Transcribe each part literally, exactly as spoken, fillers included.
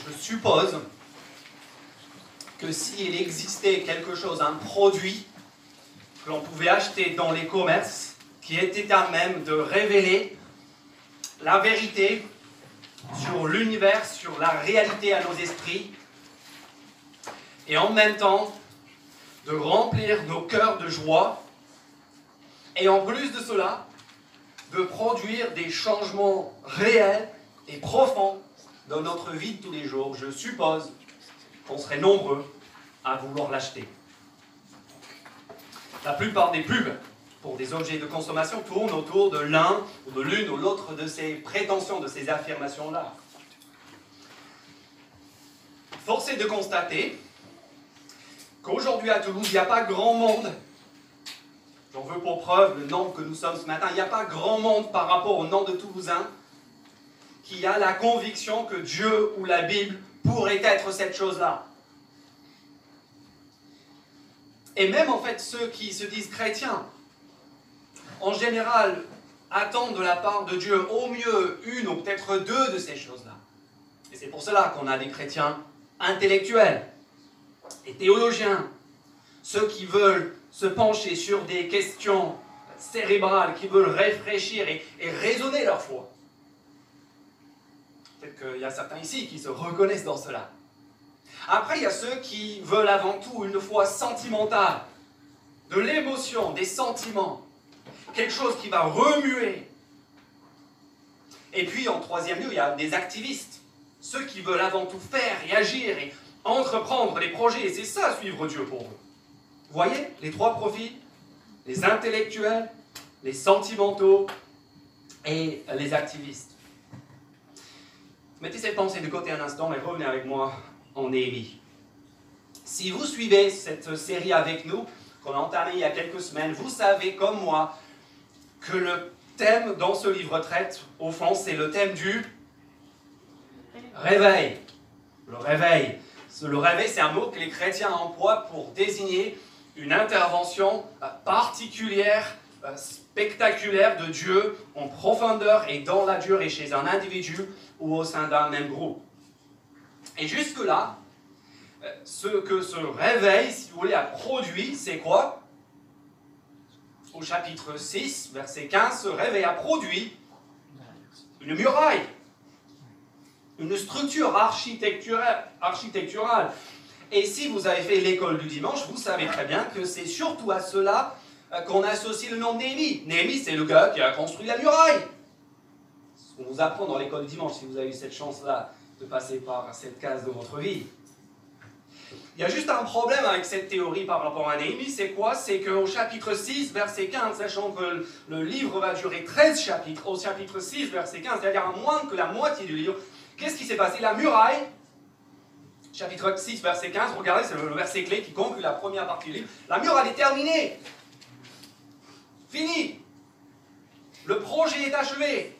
je suppose que s'il existait quelque chose, un produit que l'on pouvait acheter dans les commerces, qui était à même de révéler la vérité sur l'univers, sur la réalité à nos esprits, et en même temps de remplir nos cœurs de joie, et en plus de cela, de produire des changements réels et profonds dans notre vie de tous les jours, je suppose qu'on serait nombreux à vouloir l'acheter. La plupart des pubs pour des objets de consommation tournent autour de l'un ou de l'une ou l'autre de ces prétentions, de ces affirmations-là. Force est de constater qu'aujourd'hui à Toulouse, il n'y a pas grand monde, j'en veux pour preuve le nombre que nous sommes ce matin, il n'y a pas grand monde par rapport au nombre de Toulousains qui a la conviction que Dieu ou la Bible pourrait être cette chose-là. Et même en fait ceux qui se disent chrétiens, en général, attendent de la part de Dieu au mieux une ou peut-être deux de ces choses-là. Et c'est pour cela qu'on a des chrétiens intellectuels et théologiens, ceux qui veulent se pencher sur des questions cérébrales, qui veulent réfléchir et, et raisonner leur foi. Peut-être qu'il y a certains ici qui se reconnaissent dans cela. Après, il y a ceux qui veulent avant tout une foi sentimentale, de l'émotion, des sentiments, quelque chose qui va remuer. Et puis, en troisième lieu, il y a des activistes, ceux qui veulent avant tout faire et agir et entreprendre les projets, et c'est ça, suivre Dieu pour eux. Vous voyez, les trois profils, les intellectuels, les sentimentaux et les activistes. Mettez cette pensée de côté un instant et revenez avec moi en Néhémie. Si vous suivez cette série avec nous, qu'on a entamée il y a quelques semaines, vous savez comme moi que le thème dans ce livre traite, au fond, c'est le thème du réveil. Le réveil. Le réveil, c'est un mot que les chrétiens emploient pour désigner une intervention particulière, spectaculaire de Dieu en profondeur et dans la durée chez un individu ou au sein d'un même groupe. Et jusque-là, ce que ce réveil, si vous voulez, a produit, c'est quoi? Au chapitre six, verset quinze, ce réveil a produit une muraille, une structure architecturale. architecturale. Et si vous avez fait l'école du dimanche, vous savez très bien que c'est surtout à cela qu'on associe le nom de Néhémie. Néhémie, c'est le gars qui a construit la muraille. Ce qu'on vous apprend dans l'école du dimanche, si vous avez eu cette chance-là de passer par cette case de votre vie. Il y a juste un problème avec cette théorie par rapport à Néhémie, c'est quoi? C'est qu'au chapitre six, verset quinze, sachant que le livre va durer treize chapitres, au chapitre six, verset quinze, c'est-à-dire à moins que la moitié du livre, qu'est-ce qui s'est passé? La muraille, chapitre six, verset quinze, regardez, c'est le verset clé qui conclut la première partie du livre, la muraille est terminée. Fini. Le projet est achevé.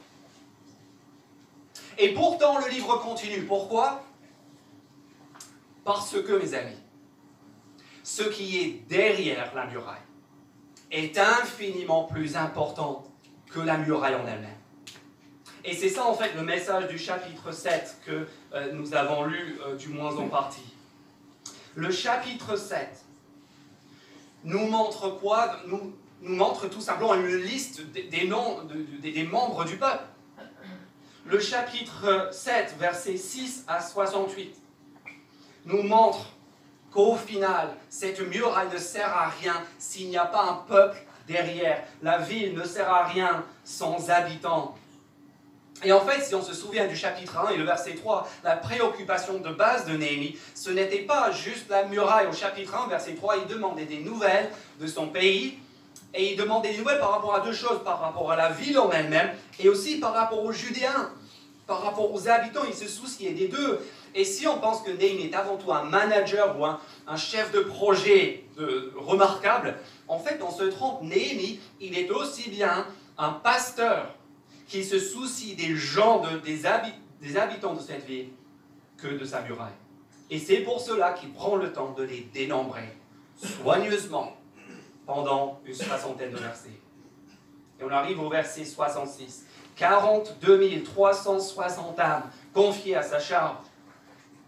Et pourtant, le livre continue. Pourquoi? Parce que, mes amis, ce qui est derrière la muraille est infiniment plus important que la muraille en elle-même. Et c'est ça, en fait, le message du chapitre sept que euh, nous avons lu, euh, du moins en partie. Le chapitre sept nous montre quoi? Nous, nous montre tout simplement une liste des, des noms de, de, des membres du peuple. Le chapitre sept, versets six à soixante-huit, nous montre qu'au final, cette muraille ne sert à rien s'il n'y a pas un peuple derrière. La ville ne sert à rien sans habitants. Et en fait, si on se souvient du chapitre un et le verset trois, la préoccupation de base de Néhémie, ce n'était pas juste la muraille. Au chapitre un, verset trois, il demandait des nouvelles de son pays, et il demandait des nouvelles par rapport à deux choses, par rapport à la ville en elle-même, et aussi par rapport aux Judéens, par rapport aux habitants, il se souciait des deux. Et si on pense que Néhémie est avant tout un manager ou un, un chef de projet de, remarquable, en fait, on se trompe. Néhémie, il est aussi bien un pasteur qui se soucie des gens, de, des, habit, des habitants de cette ville, que de sa muraille. Et c'est pour cela qu'il prend le temps de les dénombrer soigneusement pendant une soixantaine de versets. Et on arrive au verset soixante-six. quarante-deux mille trois cent soixante âmes confiées à sa charge.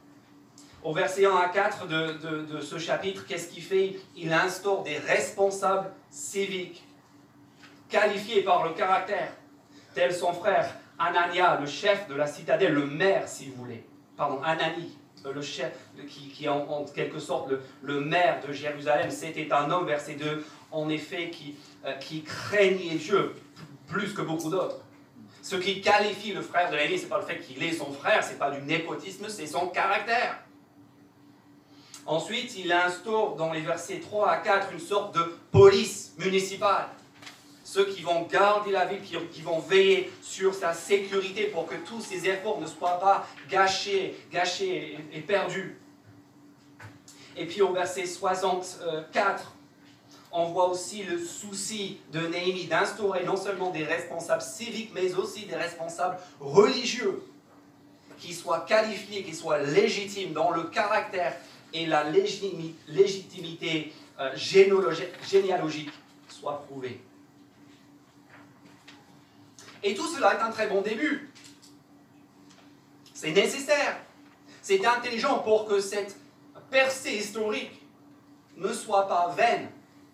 Au verset un à quatre de, de, de ce chapitre, qu'est-ce qu'il fait? Il instaure des responsables civiques, qualifiés par le caractère, tel son frère Anania, le chef de la citadelle, le maire, si vous voulez. Pardon, Anani, le chef, qui, qui est en, en quelque sorte le, le maire de Jérusalem. C'était un homme, verset deux, en effet, qui, euh, qui craignait Dieu plus que beaucoup d'autres. Ce qui qualifie le frère de Néhémie, ce n'est pas le fait qu'il est son frère, ce n'est pas du népotisme, c'est son caractère. Ensuite, il instaure dans les versets trois à quatre une sorte de police municipale. Ceux qui vont garder la ville, qui, qui vont veiller sur sa sécurité pour que tous ses efforts ne soient pas gâchés, gâchés et, et perdus. Et puis au verset soixante-quatre, on voit aussi le souci de Néhémie d'instaurer non seulement des responsables civiques, mais aussi des responsables religieux qui soient qualifiés, qui soient légitimes dans le caractère et la légitimité euh, généalogique soit prouvée. Et tout cela est un très bon début. C'est nécessaire. C'est intelligent pour que cette percée historique ne soit pas vaine.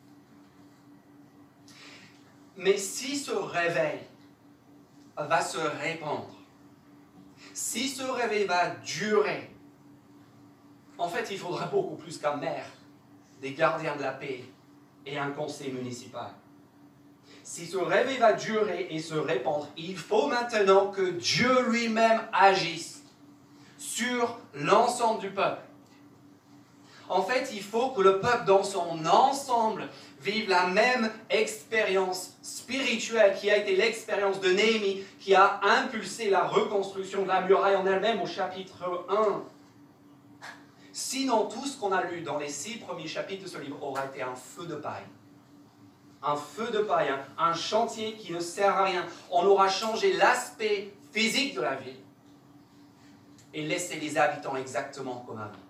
Mais si ce réveil va se répandre, si ce réveil va durer, en fait, il faudra beaucoup plus qu'un maire, des gardiens de la paix et un conseil municipal. Si ce réveil va durer et se répandre, il faut maintenant que Dieu lui-même agisse sur l'ensemble du peuple. En fait, il faut que le peuple dans son ensemble vive la même expérience spirituelle qui a été l'expérience de Néhémie, qui a impulsé la reconstruction de la muraille en elle-même au chapitre un. Sinon, tout ce qu'on a lu dans les six premiers chapitres de ce livre aura été un feu de paille. Un feu de paille, un, un chantier qui ne sert à rien. On aura changé l'aspect physique de la ville et laissé les habitants exactement comme avant.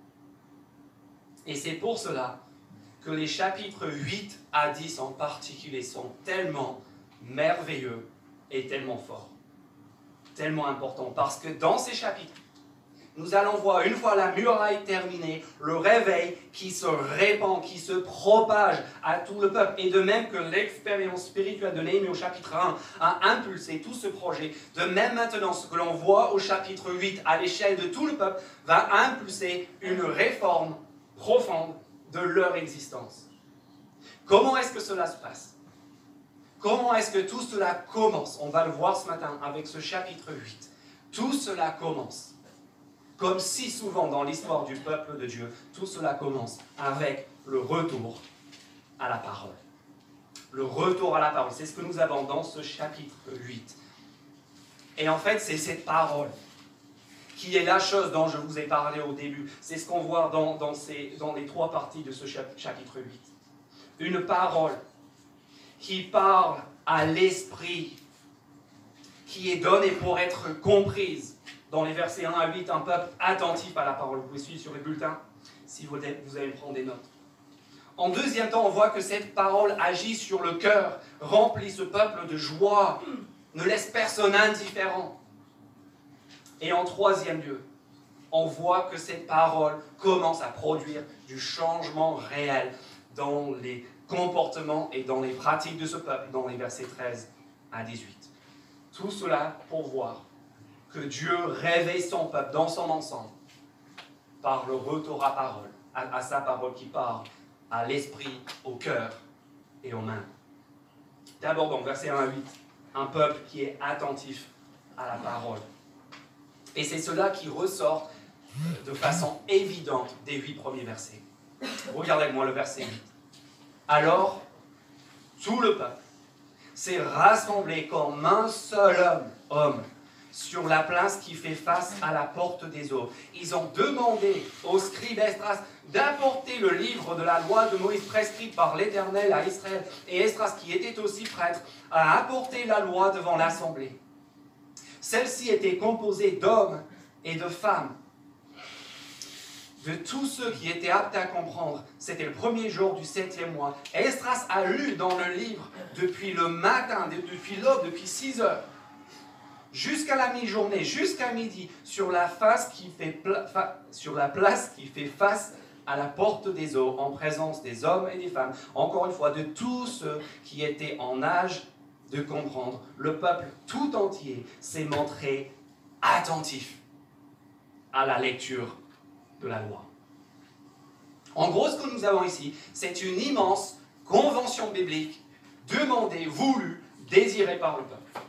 Et c'est pour cela que les chapitres huit à dix en particulier sont tellement merveilleux et tellement forts, tellement importants, parce que dans ces chapitres, nous allons voir, une fois la muraille terminée, le réveil qui se répand, qui se propage à tout le peuple. Et de même que l'expérience spirituelle de Néhémie au chapitre un a impulsé tout ce projet, de même maintenant ce que l'on voit au chapitre huit à l'échelle de tout le peuple va impulser une réforme profonde de leur existence. Comment est-ce que cela se passe? Comment est-ce que tout cela commence? On va le voir ce matin avec ce chapitre huit. Tout cela commence. Comme si souvent dans l'histoire du peuple de Dieu, tout cela commence avec le retour à la parole. Le retour à la parole, c'est ce que nous avons dans ce chapitre huit. Et en fait, c'est cette parole qui est la chose dont je vous ai parlé au début. C'est ce qu'on voit dans, dans, ces, dans les trois parties de ce chapitre huit. Une parole qui parle à l'esprit, qui est donnée pour être comprise. Dans les versets un à huit, un peuple attentif à la parole. Vous pouvez suivre sur les bulletins si vous, vous allez prendre des notes. En deuxième temps, on voit que cette parole agit sur le cœur, remplit ce peuple de joie, ne laisse personne indifférent. Et en troisième lieu, on voit que cette parole commence à produire du changement réel dans les comportements et dans les pratiques de ce peuple, dans les versets treize à dix-huit. Tout cela pour voir que Dieu réveille son peuple dans son ensemble par le retour à parole, à, à sa parole qui parle à l'esprit, au cœur et aux mains. D'abord, donc, versets un à huit, un peuple qui est attentif à la parole. Et c'est cela qui ressort de façon évidente des huit premiers versets. Regardez avec moi le verset huit. Alors, tout le peuple s'est rassemblé comme un seul homme, homme, sur la place qui fait face à la porte des eaux. Ils ont demandé au scribe Esdras d'apporter le livre de la loi de Moïse prescrite par l'Éternel à Israël. Et Esdras, qui était aussi prêtre, a apporté la loi devant l'assemblée. Celle-ci était composée d'hommes et de femmes. De tous ceux qui étaient aptes à comprendre, c'était le premier jour du septième mois. Esdras a lu dans le livre depuis le matin, depuis l'aube, depuis six heures. jusqu'à la mi-journée, jusqu'à midi, sur la, face qui fait sur la place qui fait face à la porte des eaux, en présence des hommes et des femmes, encore une fois, de tous ceux qui étaient en âge de comprendre. Le peuple tout entier s'est montré attentif à la lecture de la loi. En gros, ce que nous avons ici, c'est une immense convention biblique demandée, voulue, désirée par le peuple.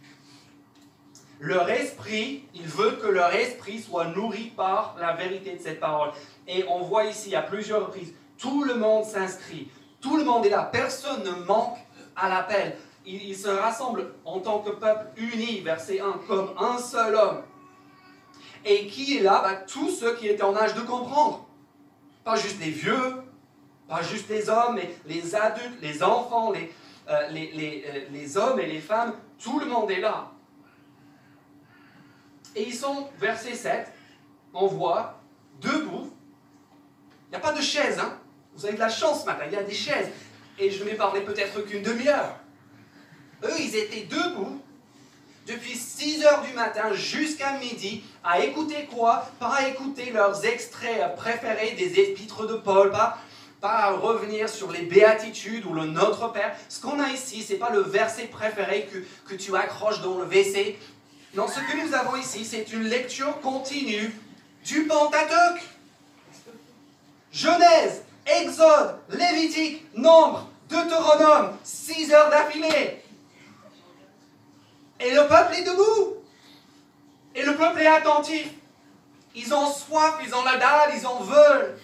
Leur esprit, il veut que leur esprit soit nourri par la vérité de cette parole. Et on voit ici à plusieurs reprises, tout le monde s'inscrit, tout le monde est là, personne ne manque à l'appel. Ils, ils se rassemblent en tant que peuple uni, verset un, comme un seul homme. Et qui est là? Bah, tous ceux qui étaient en âge de comprendre. Pas juste les vieux, pas juste les hommes, mais les adultes, les enfants, les, euh, les, les, euh, les hommes et les femmes, tout le monde est là. Et ils sont, verset sept, on voit, debout. Il n'y a pas de chaise, hein. Vous avez de la chance ce matin, il y a des chaises. Et je ne vais parler peut-être qu'une demi-heure. Eux, ils étaient debout, depuis six heures du matin jusqu'à midi, à écouter quoi? Pas à écouter leurs extraits préférés des épîtres de Paul, pas, pas à revenir sur les béatitudes ou le Notre Père. Ce qu'on a ici, ce n'est pas le verset préféré que, que tu accroches dans le W C. Non, ce que nous avons ici, c'est une lecture continue du Pentateuque. Genèse, Exode, Lévitique, Nombre, Deutéronome, six heures d'affilée. Et le peuple est debout. Et le peuple est attentif. Ils ont soif, ils ont la dalle, ils en veulent.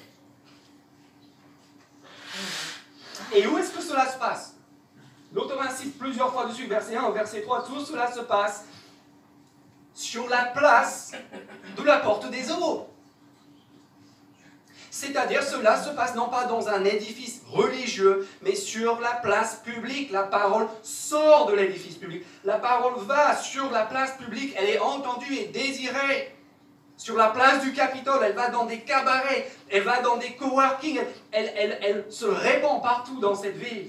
Et où est-ce que cela se passe? L'auteur insiste plusieurs fois dessus, verset un, verset trois, tout cela se passe sur la place de la porte des eaux. C'est-à-dire, cela se passe non pas dans un édifice religieux, mais sur la place publique. La parole sort de l'édifice public. La parole va sur la place publique. Elle est entendue et désirée. Sur la place du Capitole, elle va dans des cabarets, elle va dans des coworking, elle, elle, elle se répand partout dans cette ville.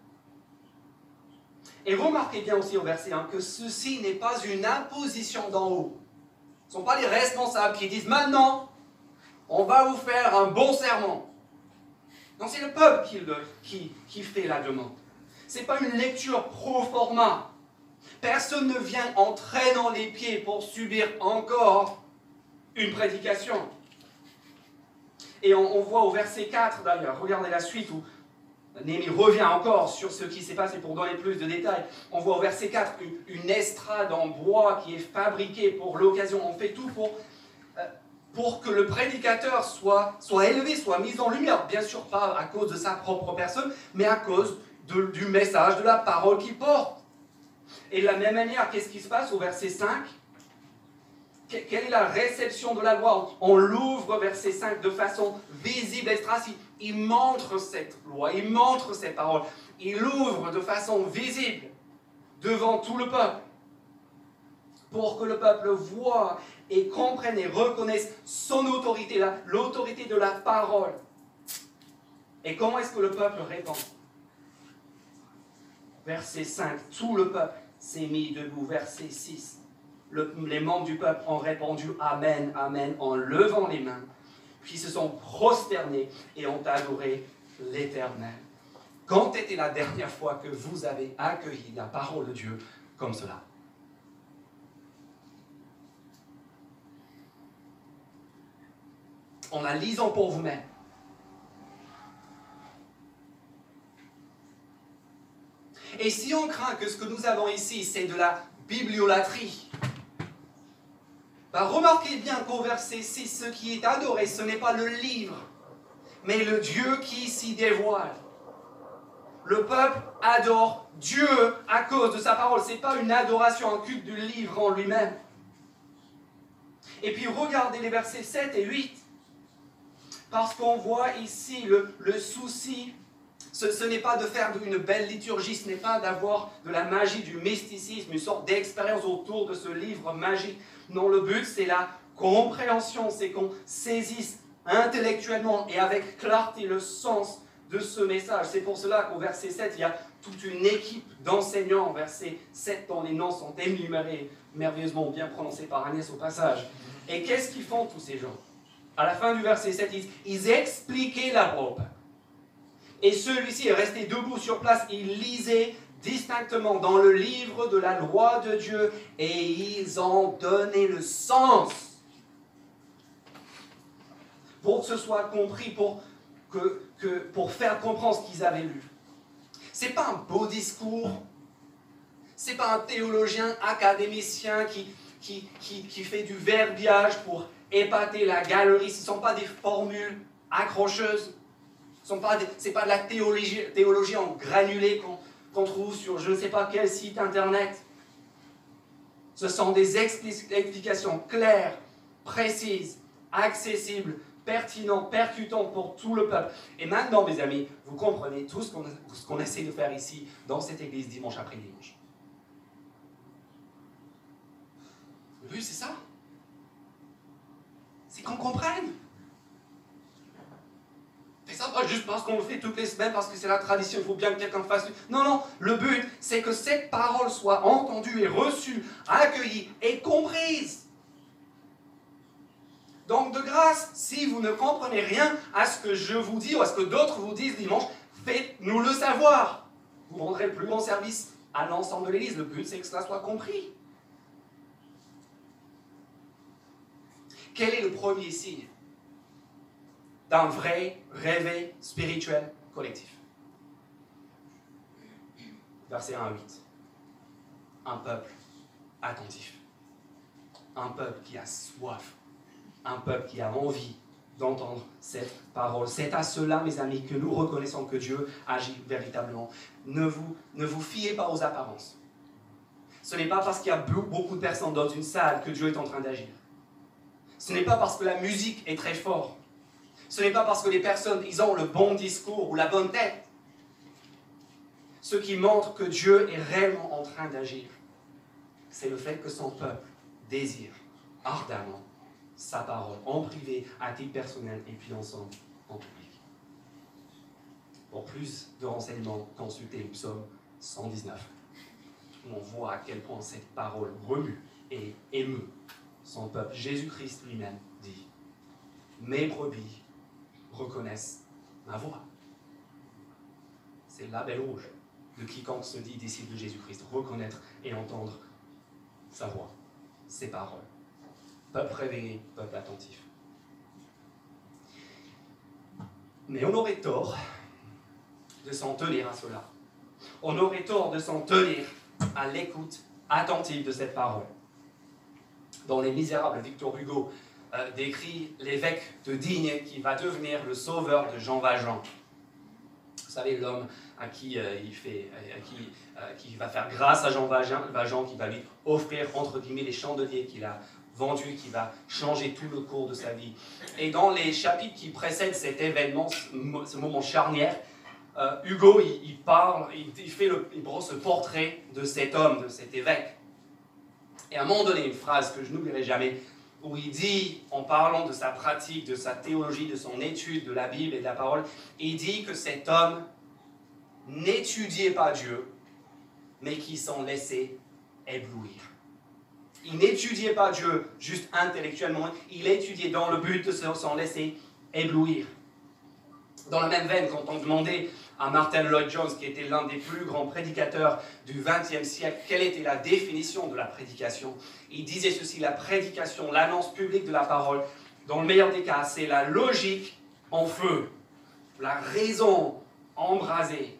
Et remarquez bien aussi au verset un que ceci n'est pas une imposition d'en haut. Ce ne sont pas les responsables qui disent « Maintenant, on va vous faire un bon sermon. » Non, c'est le peuple qui, le, qui, qui fait la demande. Ce n'est pas une lecture pro forma. Personne ne vient en traînant les pieds pour subir encore une prédication. Et on, on voit au verset quatre d'ailleurs, regardez la suite où Néhémie revient encore sur ce qui s'est passé pour donner plus de détails. On voit au verset quatre une, une estrade en bois qui est fabriquée pour l'occasion. On fait tout pour, euh, pour que le prédicateur soit, soit élevé, soit mis en lumière. Bien sûr, pas à cause de sa propre personne, mais à cause de, du message, de la parole qu'il porte. Et de la même manière, qu'est-ce qui se passe au verset cinq? Quelle est la réception de la loi? On l'ouvre, verset cinq, de façon visible, extracible. Il montre cette loi, il montre ces paroles. Il l'ouvre de façon visible devant tout le peuple. Pour que le peuple voie et comprenne et reconnaisse son autorité, l'autorité de la parole. Et comment est-ce que le peuple répond? Verset cinq, tout le peuple s'est mis debout. Verset six. Le, les membres du peuple ont répondu « Amen, Amen » en levant les mains, puis se sont prosternés et ont adoré l'Éternel. Quand était la dernière fois que vous avez accueilli la parole de Dieu comme cela? En la lisant pour vous-même. Et si on craint que ce que nous avons ici, c'est de la bibliolatrie, bah, remarquez bien qu'au verset six, ce qui est adoré, ce n'est pas le livre, mais le Dieu qui s'y dévoile. Le peuple adore Dieu à cause de sa parole. Ce n'est pas une adoration, un culte du livre en lui-même. Et puis regardez les versets sept et huit. Parce qu'on voit ici le, le souci. Ce, ce n'est pas de faire une belle liturgie, ce n'est pas d'avoir de la magie, du mysticisme, une sorte d'expérience autour de ce livre magique. Non, le but, c'est la compréhension, c'est qu'on saisisse intellectuellement et avec clarté le sens de ce message. C'est pour cela qu'au verset sept, il y a toute une équipe d'enseignants. Verset sept, dont les noms sont énumérés, merveilleusement bien prononcés par Agnès au passage. Et qu'est-ce qu'ils font tous ces gens? À la fin du verset sept, ils, ils expliquaient la parole au peuple. Et celui-ci est resté debout sur place, il lisait distinctement dans le livre de la loi de Dieu et ils ont donné le sens pour que ce soit compris, pour, que, que, pour faire comprendre ce qu'ils avaient lu. Ce n'est pas un beau discours, ce n'est pas un théologien académicien qui, qui, qui, qui fait du verbiage pour épater la galerie, ce ne sont pas des formules accrocheuses, ce n'est pas, pas de la théologie, théologie en granulé qu'on qu'on trouve sur je ne sais pas quel site internet. Ce sont des explications claires, précises, accessibles, pertinentes, percutantes pour tout le peuple. Et maintenant, mes amis, vous comprenez tout ce qu'on qu'on essaie de faire ici, dans cette église, dimanche après dimanche. Le but, c'est ça. C'est qu'on comprenne. C'est ça, pas juste parce qu'on le fait toutes les semaines, parce que c'est la tradition, il faut bien que quelqu'un fasse. Non, non, le but, c'est que cette parole soit entendue et reçue, accueillie et comprise. Donc, de grâce, si vous ne comprenez rien à ce que je vous dis ou à ce que d'autres vous disent dimanche, faites-nous le savoir. Vous rendrez le plus grand service à l'ensemble de l'Église. Le but, c'est que cela soit compris. Quel est le premier signe d'un vrai réveil spirituel collectif? Verset un à huit. Un peuple attentif. Un peuple qui a soif. Un peuple qui a envie d'entendre cette parole. C'est à cela, mes amis, que nous reconnaissons que Dieu agit véritablement. Ne vous, ne vous fiez pas aux apparences. Ce n'est pas parce qu'il y a beaucoup de personnes dans une salle que Dieu est en train d'agir. Ce n'est pas parce que la musique est très forte. Ce n'est pas parce que les personnes, ils ont le bon discours ou la bonne tête. Ce qui montre que Dieu est réellement en train d'agir, c'est le fait que son peuple désire ardemment sa parole, en privé, à titre personnel, et puis ensemble, en public. Pour plus de renseignements, consultez le psaume cent dix-neuf, où on voit à quel point cette parole remue et émeut son peuple. Jésus-Christ lui-même dit « Mes brebis reconnaissent ma voix. » C'est la belle rouge de quiconque se dit disciple de Jésus-Christ, reconnaître et entendre sa voix, ses paroles. Peuple réveillé, peuple attentif. Mais on aurait tort de s'en tenir à cela. On aurait tort de s'en tenir à l'écoute attentive de cette parole. Dans Les Misérables, Victor Hugo euh, décrit l'évêque de Digne qui va devenir le sauveur de Jean Valjean. Vous savez, l'homme à qui euh, il fait, à qui, euh, qui va faire grâce à Jean Valjean, Valjean, qui va lui offrir entre guillemets les chandeliers qu'il a vendus, qui va changer tout le cours de sa vie. Et dans les chapitres qui précèdent cet événement, ce moment charnière, euh, Hugo il, il parle, il, il fait le, il brosse le portrait de cet homme, de cet évêque. Et à un moment donné, une phrase que je n'oublierai jamais, où il dit, en parlant de sa pratique, de sa théologie, de son étude de la Bible et de la parole, il dit que cet homme n'étudiait pas Dieu, mais qui s'en laissait éblouir. Il n'étudiait pas Dieu juste intellectuellement, il étudiait dans le but de s'en laisser éblouir. Dans la même veine, quand on demandait à Martin Lloyd-Jones, qui était l'un des plus grands prédicateurs du vingtième siècle, quelle était la définition de la prédication, il disait ceci: la prédication, l'annonce publique de la parole, dans le meilleur des cas, c'est la logique en feu, la raison embrasée.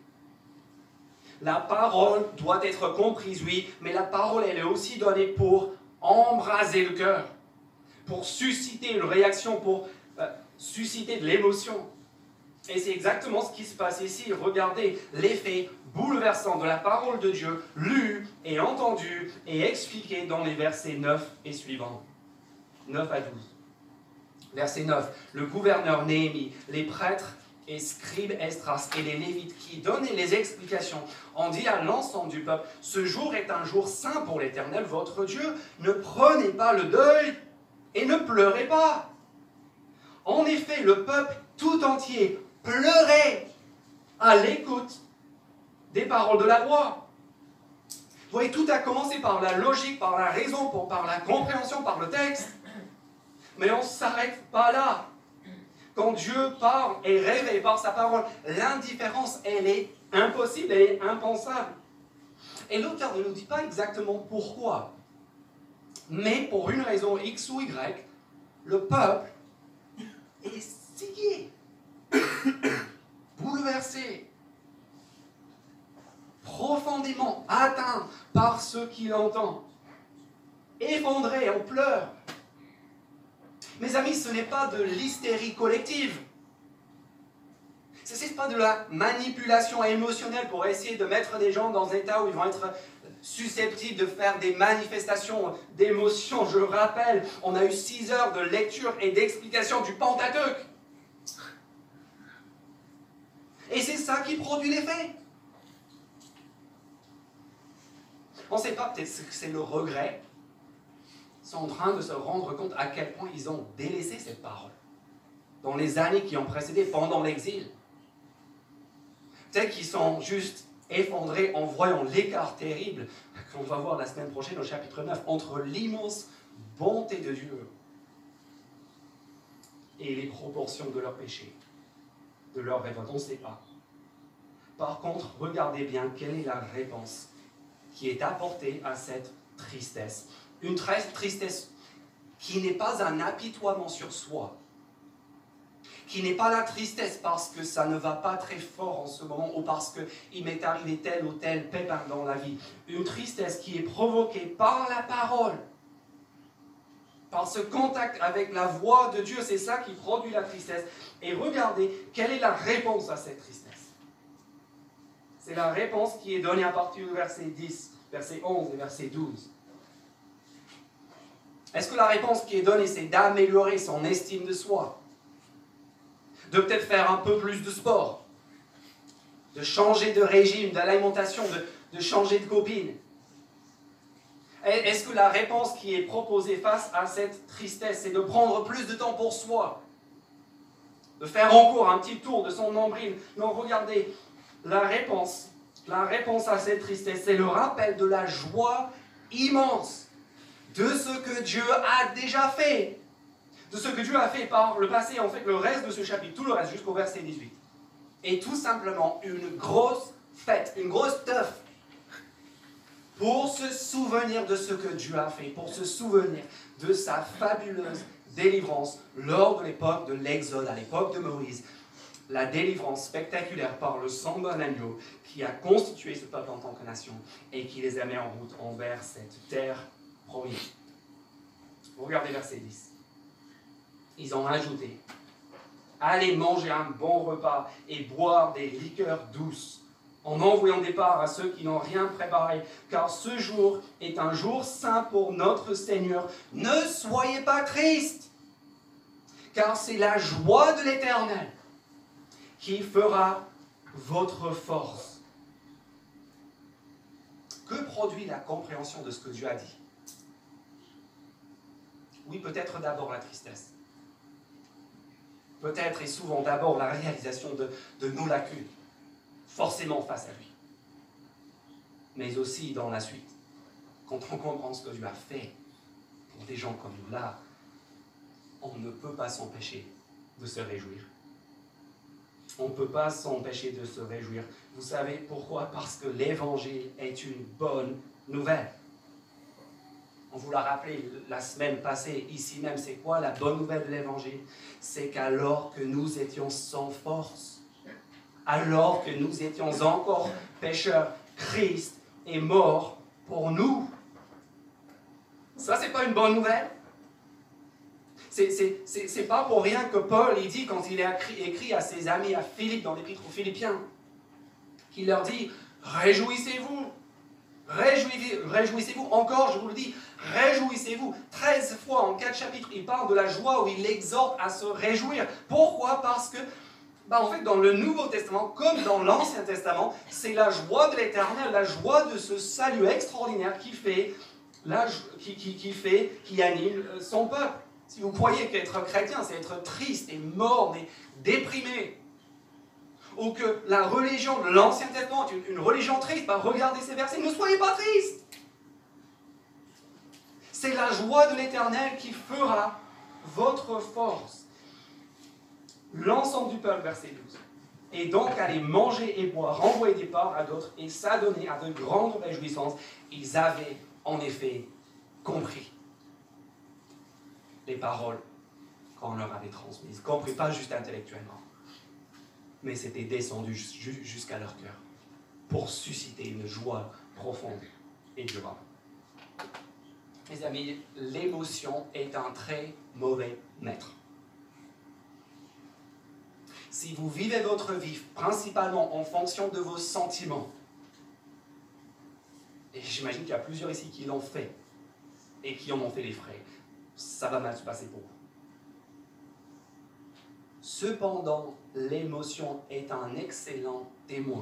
La parole doit être comprise, oui, mais la parole, elle est aussi donnée pour embraser le cœur, pour susciter une réaction, pour euh, susciter de l'émotion. Et c'est exactement ce qui se passe ici. Regardez l'effet bouleversant de la parole de Dieu, lue et entendue et expliquée dans les versets neuf et suivants. neuf à douze. Verset neuf. Le gouverneur Néhémie, les prêtres et scribes Esdras et les Lévites qui donnaient les explications ont dit à l'ensemble du peuple: ce jour est un jour saint pour l'Éternel votre Dieu. Ne prenez pas le deuil et ne pleurez pas. En effet, le peuple tout entier pleurait à l'écoute des paroles de la loi. Vous voyez, tout a commencé par la logique, par la raison, par la compréhension, par le texte. Mais on ne s'arrête pas là. Quand Dieu parle et révèle par sa parole, l'indifférence, elle est impossible, elle est impensable. Et l'auteur ne nous dit pas exactement pourquoi. Mais pour une raison X ou Y, le peuple est scié, bouleversé, profondément atteint par ce qu'il entend, effondré en pleurs. Mes amis, ce n'est pas de l'hystérie collective. Ce n'est pas de la manipulation émotionnelle pour essayer de mettre des gens dans un état où ils vont être susceptibles de faire des manifestations d'émotions. Je le rappelle, on a eu six heures de lecture et d'explication du Pentateuque. Et c'est ça qui produit l'effet. On ne sait pas, peut-être que c'est le regret. Ils sont en train de se rendre compte à quel point ils ont délaissé cette parole. Dans les années qui ont précédé, pendant l'exil. Peut-être qu'ils sont juste effondrés en voyant l'écart terrible qu'on va voir la semaine prochaine au chapitre neuf entre l'immense bonté de Dieu et les proportions de leur péché, de leur révolte. On ne sait pas. Par contre, regardez bien quelle est la réponse qui est apportée à cette tristesse. Une tristesse qui n'est pas un apitoiement sur soi, qui n'est pas la tristesse parce que ça ne va pas très fort en ce moment ou parce qu'il m'est arrivé tel ou tel pépin dans la vie. Une tristesse qui est provoquée par la parole, par ce contact avec la voix de Dieu, c'est ça qui produit la tristesse. Et regardez, quelle est la réponse à cette tristesse? C'est la réponse qui est donnée à partir du verset dix, verset onze et verset douze. Est-ce que la réponse qui est donnée, c'est d'améliorer son estime de soi? De peut-être faire un peu plus de sport? De changer de régime, d'alimentation, de, de changer de copine? Est-ce que la réponse qui est proposée face à cette tristesse, c'est de prendre plus de temps pour soi? De faire encore un petit tour de son nombril? Non, regardez, la réponse, la réponse à cette tristesse, c'est le rappel de la joie immense de ce que Dieu a déjà fait. De ce que Dieu a fait par le passé. En fait, le reste de ce chapitre, tout le reste jusqu'au verset dix-huit, est tout simplement une grosse fête, une grosse teuf pour se souvenir de ce que Dieu a fait, pour se souvenir de sa fabuleuse délivrance lors de l'époque de l'Exode, à l'époque de Moïse. La délivrance spectaculaire par le sang d'un agneau qui a constitué ce peuple en tant que nation et qui les a mis en route envers cette terre promise. Regardez verset dix. Ils ont ajouté: allez manger un bon repas et boire des liqueurs douces, en envoyant des parts à ceux qui n'ont rien préparé, car ce jour est un jour saint pour notre Seigneur. Ne soyez pas tristes, car c'est la joie de l'Éternel qui fera votre force. Que produit la compréhension de ce que Dieu a dit? Oui, peut-être d'abord la tristesse. Peut-être et souvent d'abord la réalisation de, de nos lacunes, forcément face à lui. Mais aussi dans la suite, quand on comprend ce que Dieu a fait pour des gens comme nous là, on ne peut pas s'empêcher de se réjouir. On ne peut pas s'empêcher de se réjouir. Vous savez pourquoi? Parce que l'Évangile est une bonne nouvelle. On vous l'a rappelé la semaine passée, ici même, c'est quoi la bonne nouvelle de l'Évangile? C'est qu'alors que nous étions sans force, alors que nous étions encore pécheurs, Christ est mort pour nous. Ça, c'est pas une bonne nouvelle? C'est, c'est, c'est, c'est pas pour rien que Paul, il dit, quand il a écrit, écrit à ses amis, à Philippe, dans l'Épître aux Philippiens, qu'il leur dit, réjouissez-vous, réjouissez-vous, réjouissez-vous, encore, je vous le dis, réjouissez-vous. treize fois en quatre chapitres, il parle de la joie où il exhorte à se réjouir. Pourquoi? Parce que, bah en fait, dans le Nouveau Testament, comme dans l'Ancien Testament, c'est la joie de l'Éternel, la joie de ce salut extraordinaire qui fait, la, qui, qui, qui fait, qui anime son peuple. Si vous croyez qu'être chrétien, c'est être triste et morne et déprimé, ou que la religion de l'Ancien Testament est une, une religion triste, bah regardez ces versets, ne soyez pas tristes. C'est la joie de l'Éternel qui fera votre force. L'ensemble du peuple, verset douze. Et donc aller manger et boire, renvoyer des parts à d'autres et s'adonner à de grandes réjouissances. Ils avaient en effet compris les paroles qu'on leur avait transmises. Compris pas juste intellectuellement, mais c'était descendu jusqu'à leur cœur pour susciter une joie profonde et durable. Mes amis, l'émotion est un très mauvais maître. Si vous vivez votre vie principalement en fonction de vos sentiments, et j'imagine qu'il y a plusieurs ici qui l'ont fait et qui en ont fait les frais, ça va mal se passer pour vous. Cependant, l'émotion est un excellent témoin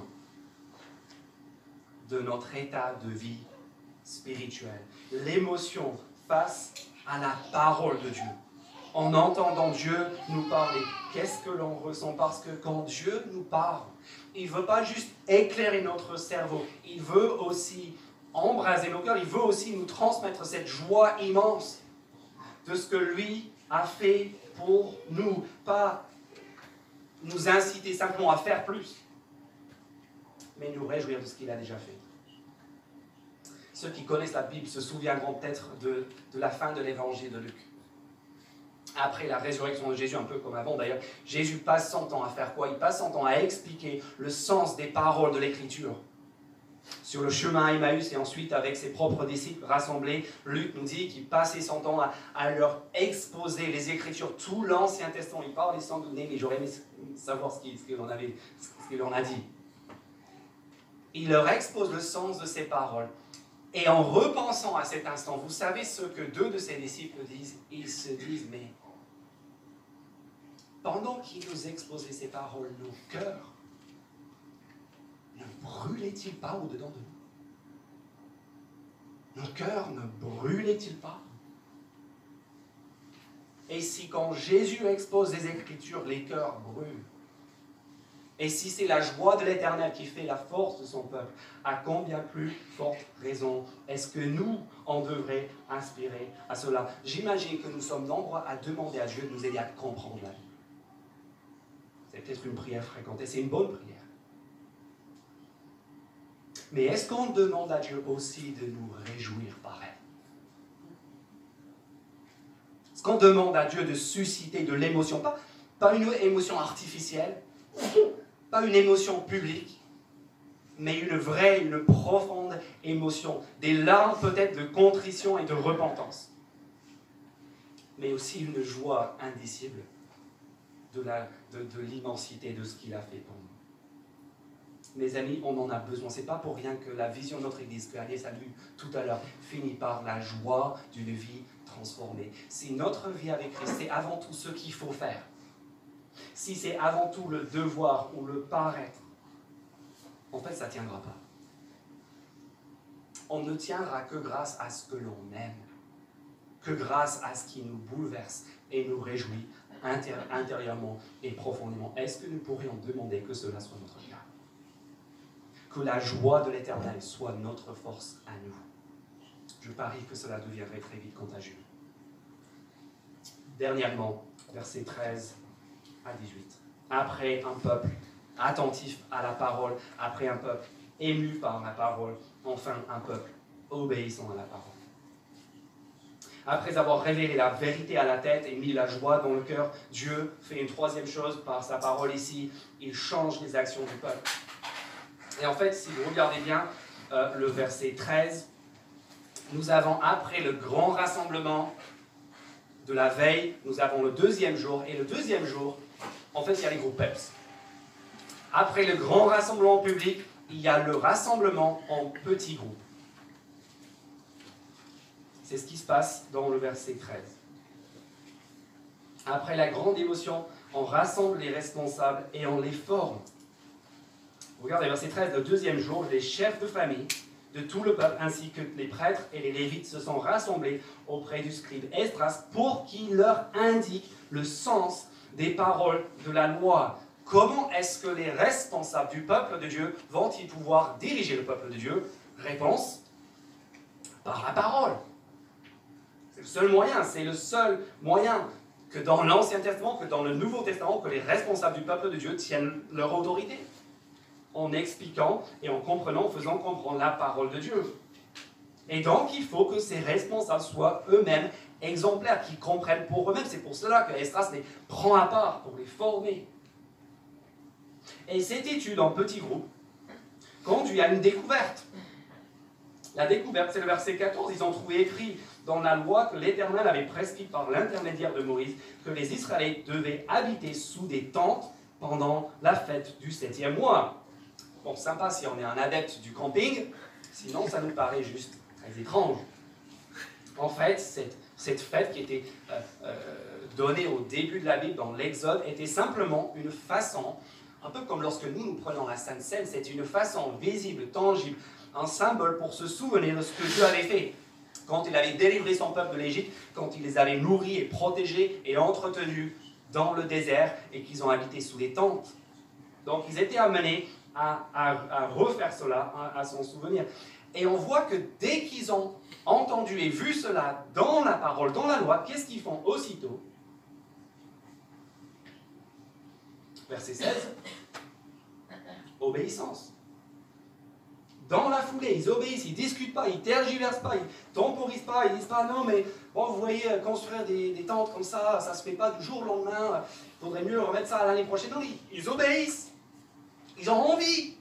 de notre état de vie spirituel. L'émotion face à la parole de Dieu. En entendant Dieu nous parler, qu'est-ce que l'on ressent? Parce que quand Dieu nous parle, il ne veut pas juste éclairer notre cerveau, il veut aussi embraser nos cœurs, il veut aussi nous transmettre cette joie immense de ce que lui a fait pour nous, pas nous inciter simplement à faire plus, mais nous réjouir de ce qu'il a déjà fait. Ceux qui connaissent la Bible se souviendront peut-être de, de la fin de l'évangile de Luc. Après la résurrection de Jésus, un peu comme avant d'ailleurs, Jésus passe son temps à faire quoi? Il passe son temps à expliquer le sens des paroles de l'Écriture. Sur le chemin à Emmaüs et ensuite avec ses propres disciples rassemblés, Luc nous dit qu'il passait son temps à, à leur exposer les Écritures, tout l'Ancien Testament. Il parle sans doute, mais j'aurais aimé savoir ce qu'il, ce qu'il en avait, ce qu'il en a dit. Il leur expose le sens de ces paroles. Et en repensant à cet instant, vous savez ce que deux de ses disciples disent? Ils se disent, mais pendant qu'il nous exposait ces paroles, nos cœurs ne brûlaient-ils pas au-dedans de nous? Nos cœurs ne brûlaient-ils pas? Et si quand Jésus expose les Écritures, les cœurs brûlent, et si c'est la joie de l'Éternel qui fait la force de son peuple, à combien plus forte raison est-ce que nous, on devrait inspirer à cela? J'imagine que nous sommes nombreux à demander à Dieu de nous aider à comprendre la Bible. C'est peut-être une prière fréquente, et c'est une bonne prière. Mais est-ce qu'on demande à Dieu aussi de nous réjouir par elle? Est-ce qu'on demande à Dieu de susciter de l'émotion? Pas, pas une émotion artificielle, pas une émotion publique, mais une vraie, une profonde émotion. Des larmes peut-être de contrition et de repentance. Mais aussi une joie indicible de, la, de, de l'immensité de ce qu'il a fait pour nous. Mes amis, on en a besoin. Ce n'est pas pour rien que la vision de notre Église, que Agnès a lu tout à l'heure, finit par la joie d'une vie transformée. Si notre vie avec Christ, c'est avant tout ce qu'il faut faire, si c'est avant tout le devoir ou le paraître, en fait, ça ne tiendra pas. On ne tiendra que grâce à ce que l'on aime, que grâce à ce qui nous bouleverse et nous réjouit intérieurement et profondément. Est-ce que nous pourrions demander que cela soit notre cas? Que la joie de l'Éternel soit notre force à nous. Je parie que cela deviendrait très vite contagieux. Dernièrement, versets treize à dix-huit. Après un peuple attentif à la parole, après un peuple ému par la parole, enfin un peuple obéissant à la parole. Après avoir révélé la vérité à la tête et mis la joie dans le cœur, Dieu fait une troisième chose par sa parole ici, il change les actions du peuple. Et en fait, si vous regardez bien euh, le verset treize, nous avons après le grand rassemblement de la veille, nous avons le deuxième jour, et le deuxième jour, en fait, il y a les groupes Peps. Après le grand rassemblement public, il y a le rassemblement en petits groupes. C'est ce qui se passe dans le verset treize. Après la grande émotion, on rassemble les responsables et on les forme. Regardez, verset treize, le deuxième jour, les chefs de famille de tout le peuple, ainsi que les prêtres et les lévites, se sont rassemblés auprès du scribe Esdras pour qu'il leur indique le sens des paroles de la loi. comment est-ce que les responsables du peuple de Dieu vont-ils pouvoir diriger le peuple de Dieu? Réponse, par la parole. C'est le seul moyen, c'est le seul moyen que dans l'Ancien Testament, que dans le Nouveau Testament, que les responsables du peuple de Dieu tiennent leur autorité. En expliquant et en comprenant, en faisant comprendre la parole de Dieu. Et donc, il faut que ces responsables soient eux-mêmes exemplaires, qu'ils comprennent pour eux-mêmes. C'est pour cela que Esdras les prend à part, pour les former. Et cette étude en petits groupes conduit à une découverte. La découverte, c'est le verset quatorze. Ils ont trouvé écrit dans la loi que l'Éternel avait prescrit par l'intermédiaire de Moïse que les Israélites devaient habiter sous des tentes pendant la fête du septième mois. Bon, sympa si on est un adepte du camping, sinon ça nous paraît juste très étrange. En fait, cette, cette fête qui était euh, euh, donnée au début de la Bible dans l'Exode était simplement une façon, un peu comme lorsque nous nous prenons la Sainte Seine, c'est une façon visible, tangible, un symbole pour se souvenir de ce que Dieu avait fait. Quand il avait délivré son peuple de l'Égypte, quand il les avait nourris et protégés et entretenus dans le désert et qu'ils ont habité sous les tentes. Donc ils étaient amenés à, à, à refaire cela, à, à s'en souvenir. Et on voit que dès qu'ils ont entendu et vu cela dans la parole, dans la loi, qu'est-ce qu'ils font aussitôt? Verset seize. Obéissance. Dans la foulée, ils obéissent, ils ne discutent pas, ils ne tergiversent pas, ils ne temporisent pas, ils ne disent pas non mais bon, vous voyez, construire des, des tentes comme ça, ça ne se fait pas du jour au lendemain, il faudrait mieux remettre ça à l'année prochaine. Non, ils, ils obéissent, ils ont envie.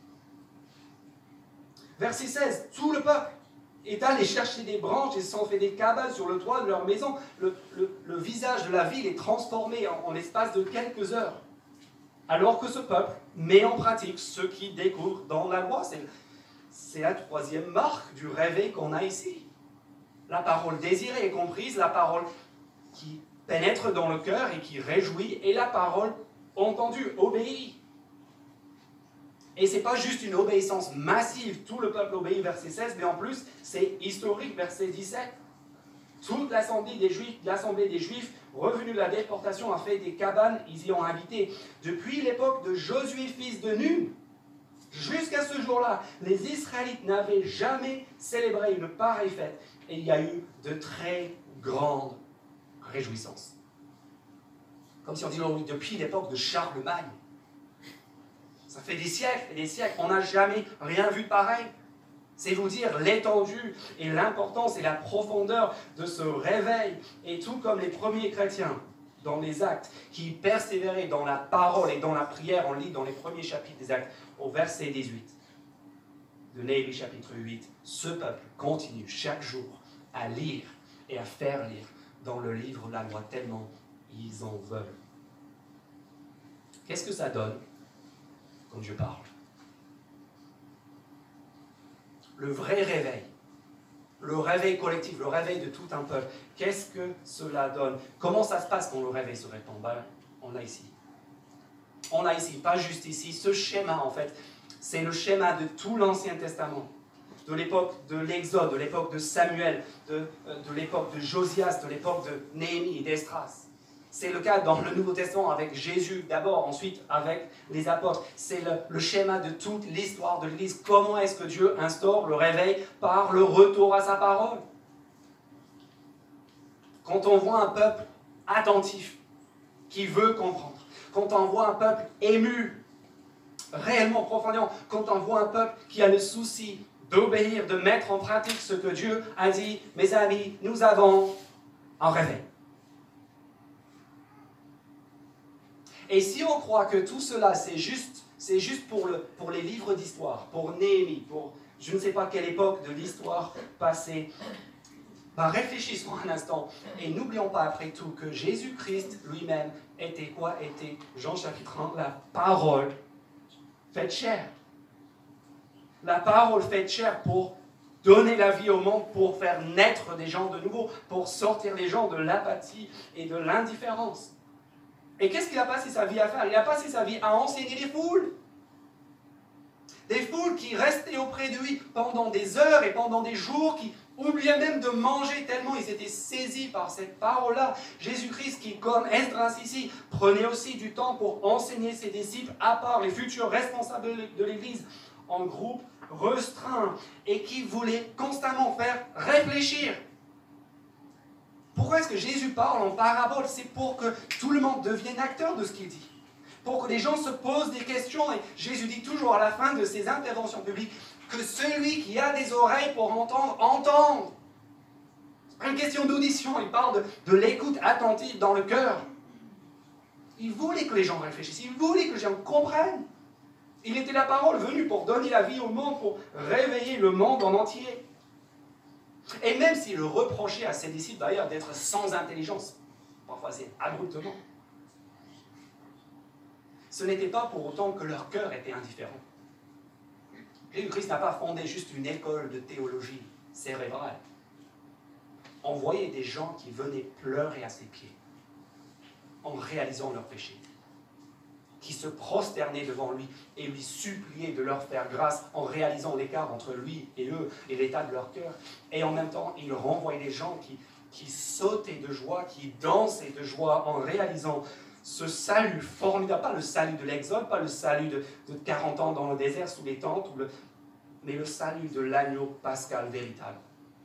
Verset seize, tout le peuple est allé chercher des branches et se sont fait des cabanes sur le toit de leur maison. Le, le, le visage de la ville est transformé en, en l'espace de quelques heures. Alors que ce peuple met en pratique ce qu'il découvre dans la loi. C'est C'est la troisième marque du réveil qu'on a ici. La parole désirée et comprise, la parole qui pénètre dans le cœur et qui réjouit, et la parole entendue, obéie. Et ce n'est pas juste une obéissance massive, tout le peuple obéit, verset seize, mais en plus, c'est historique, verset dix-sept. Toute l'assemblée des Juifs, l'assemblée des Juifs, revenus de la déportation, a fait des cabanes, ils y ont habité. Depuis l'époque de Josué, fils de Nun, jusqu'à ce jour-là, les Israélites n'avaient jamais célébré une pareille fête. Et il y a eu de très grandes réjouissances. Comme si on dit depuis l'époque de Charlemagne. Ça fait des siècles et des siècles, on n'a jamais rien vu de pareil. C'est vous dire l'étendue et l'importance et la profondeur de ce réveil. Et tout comme les premiers chrétiens, dans les actes, qui persévéraient dans la parole et dans la prière, on lit dans les premiers chapitres des actes, au verset dix-huit de Néhémie chapitre huit, ce peuple continue chaque jour à lire et à faire lire dans le livre de la loi, tellement ils en veulent. Qu'est-ce que ça donne quand Dieu parle? Le vrai réveil, le réveil collectif, le réveil de tout un peuple, qu'est-ce que cela donne? Comment ça se passe quand le réveil se répand? Ben, on l'a ici. On a ici, pas juste ici, ce schéma en fait, c'est le schéma de tout l'Ancien Testament, de l'époque de l'Exode, de l'époque de Samuel, de, de l'époque de Josias, de l'époque de Néhémie et d'Esdras. C'est le cas dans le Nouveau Testament avec Jésus d'abord, ensuite avec les apôtres. C'est le, le schéma de toute l'histoire de l'Église. Comment est-ce que Dieu instaure le réveil? Par le retour à sa parole. Quand on voit un peuple attentif, qui veut comprendre, quand on voit un peuple ému, réellement, profondément, quand on voit un peuple qui a le souci d'obéir, de mettre en pratique ce que Dieu a dit, mes amis, nous avons un réveil. Et si on croit que tout cela, c'est juste, c'est juste pour, le, pour les livres d'histoire, pour Néhémie, pour je ne sais pas quelle époque de l'histoire passée, ben réfléchissons un instant et n'oublions pas après tout que Jésus-Christ lui-même était quoi? Était, Jean chapitre un, la parole faite chair. La parole faite chair pour donner la vie au monde, pour faire naître des gens de nouveau, pour sortir les gens de l'apathie et de l'indifférence. Et qu'est-ce qu'il a passé sa vie à faire? Il a passé sa vie à enseigner des foules. Des foules qui restaient auprès de lui pendant des heures et pendant des jours, qui, oubliaient même de manger tellement ils étaient saisis par cette parole-là. Jésus-Christ qui, comme Esdras ici, prenait aussi du temps pour enseigner ses disciples à part les futurs responsables de l'Église en groupe restreint et qui voulait constamment faire réfléchir. Pourquoi est-ce que Jésus parle en parabole? C'est pour que tout le monde devienne acteur de ce qu'il dit. Pour que les gens se posent des questions. Et Jésus dit toujours à la fin de ses interventions publiques que celui qui a des oreilles pour entendre, entende. Ce n'est pas une question d'audition, il parle de, de l'écoute attentive dans le cœur. Il voulait que les gens réfléchissent, il voulait que les gens comprennent. Il était la parole venue pour donner la vie au monde, pour réveiller le monde en entier. Et même s'il reprochait à ses disciples d'ailleurs d'être sans intelligence, parfois c'est abruptement, ce n'était pas pour autant que leur cœur était indifférent. Jésus-Christ n'a pas fondé juste une école de théologie cérébrale. On voyait des gens qui venaient pleurer à ses pieds en réalisant leur péché, qui se prosternaient devant lui et lui suppliaient de leur faire grâce en réalisant l'écart entre lui et eux et l'état de leur cœur. Et en même temps, il renvoyait des gens qui, qui sautaient de joie, qui dansaient de joie en réalisant ce salut formidable, pas le salut de l'Exode, pas le salut de, de quarante ans dans le désert sous les tentes, ou le, mais le salut de l'agneau pascal véritable.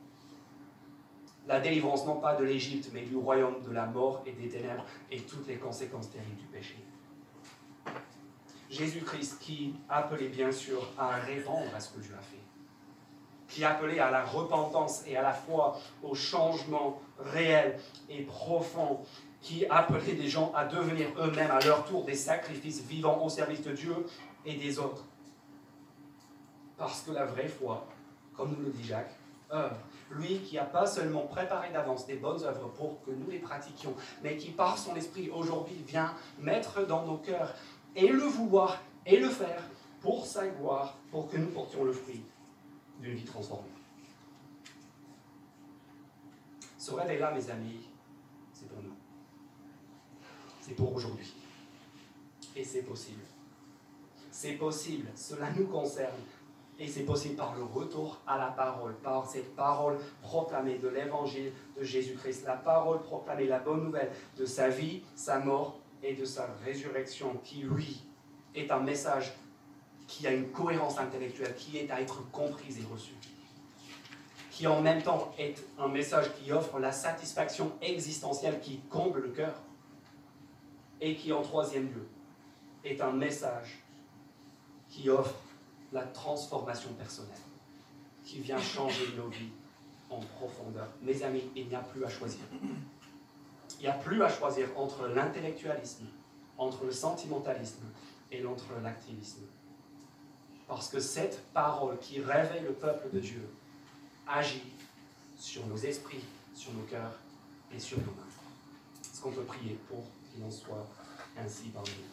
La délivrance non pas de l'Égypte, mais du royaume de la mort et des ténèbres et toutes les conséquences terribles du péché. Jésus-Christ qui appelait bien sûr à répondre à ce que Dieu a fait, qui appelait à la repentance et à la foi au changement réel et profond, qui appelait des gens à devenir eux-mêmes à leur tour des sacrifices vivants au service de Dieu et des autres. Parce que la vraie foi, comme nous le dit Jacques, œuvre. Lui qui n'a pas seulement préparé d'avance des bonnes œuvres pour que nous les pratiquions, mais qui par son esprit aujourd'hui vient mettre dans nos cœurs et le vouloir et le faire pour sa gloire, pour que nous portions le fruit d'une vie transformée. Ce réveil-là, mes amis, c'est pour nous. C'est pour aujourd'hui. Et c'est possible. C'est possible, cela nous concerne. Et c'est possible par le retour à la parole, par cette parole proclamée de l'évangile de Jésus-Christ, la parole proclamée, la bonne nouvelle de sa vie, sa mort et de sa résurrection, qui, lui, est un message qui a une cohérence intellectuelle, qui est à être comprise et reçue, qui en même temps est un message qui offre la satisfaction existentielle qui comble le cœur, et qui, en troisième lieu, est un message qui offre la transformation personnelle, qui vient changer nos vies en profondeur. Mes amis, il n'y a plus à choisir. Il n'y a plus à choisir entre l'intellectualisme, entre le sentimentalisme et entre l'activisme. Parce que cette parole qui réveille le peuple de Dieu agit sur nos esprits, sur nos cœurs et sur nos mains. Est-ce qu'on peut prier pour qu'il en soit ainsi parmi nous?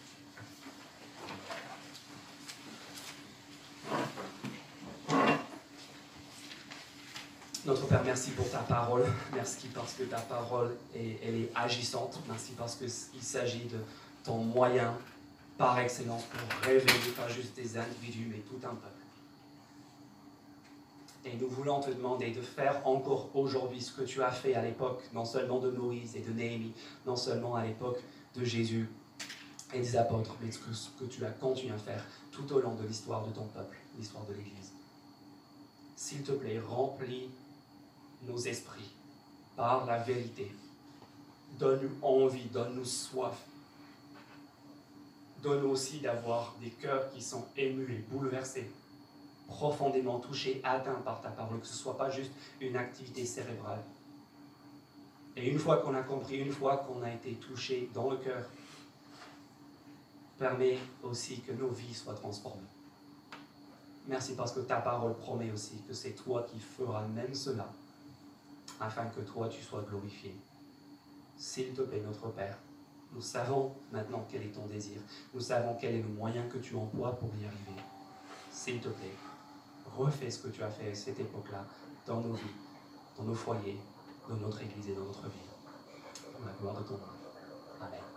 Notre Père, merci pour ta parole. Merci parce que ta parole, est, elle est agissante. Merci parce qu'il s'agit de ton moyen par excellence pour réveiller pas juste des individus, mais tout un peuple. Et nous voulons te demander de faire encore aujourd'hui ce que tu as fait à l'époque, non seulement de Moïse et de Néhémie, non seulement à l'époque de Jésus et des apôtres, mais ce que, ce que tu as continué à faire tout au long de l'histoire de ton peuple, l'histoire de l'Église. S'il te plaît, remplis nos esprits par la vérité. Donne-nous envie, donne-nous soif. Donne-nous aussi d'avoir des cœurs qui sont émus et bouleversés, profondément touchés, atteints par ta parole, que ce ne soit pas juste une activité cérébrale. Et une fois qu'on a compris, une fois qu'on a été touché dans le cœur, permet aussi que nos vies soient transformées. Merci parce que ta parole promet aussi que c'est toi qui feras même cela, afin que toi tu sois glorifié. S'il te plaît, notre Père, nous savons maintenant quel est ton désir. Nous savons quel est le moyen que tu emploies pour y arriver. S'il te plaît, refais ce que tu as fait à cette époque-là, dans nos vies, dans nos foyers, dans notre Église et dans notre vie. Pour la gloire de ton nom. Amen.